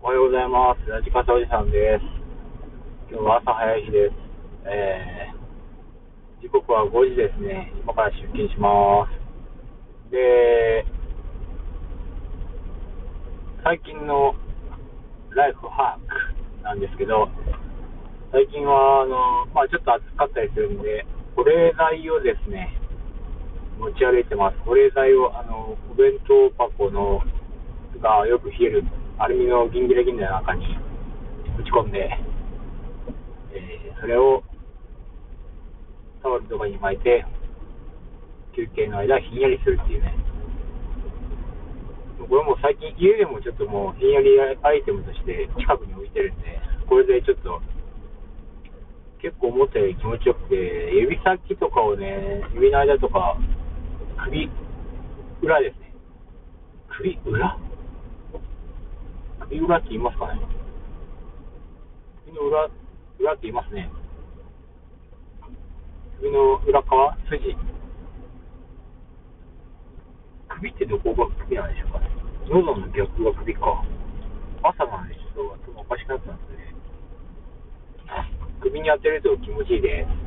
おはようございます。ラジカセおじさんです。今日は朝早い日です。時刻は5時ですね。今から出勤します。で、最近のライフハックなんですけど、最近はちょっと暑かったりするんで、保冷剤をですね、持ち歩いてます。保冷剤をお弁当箱のがよく冷えるアルミのギンギラギンの中に打ち込んで、それをタオルとかに巻いて休憩の間ひんやりするっていうね。これも最近家でもちょっともうひんやりアイテムとして近くに置いてるんで、これでちょっと結構思ったより気持ちよくて、指先とかをね、指の間とか首裏ですね。首裏って言いますかね。首の裏って言いますね。首の裏側筋、首ってどこが首なんでしょうかね。喉の逆が首か。朝なんでちょっと頭おかしくなったんですね。首に当てると気持ちいいです。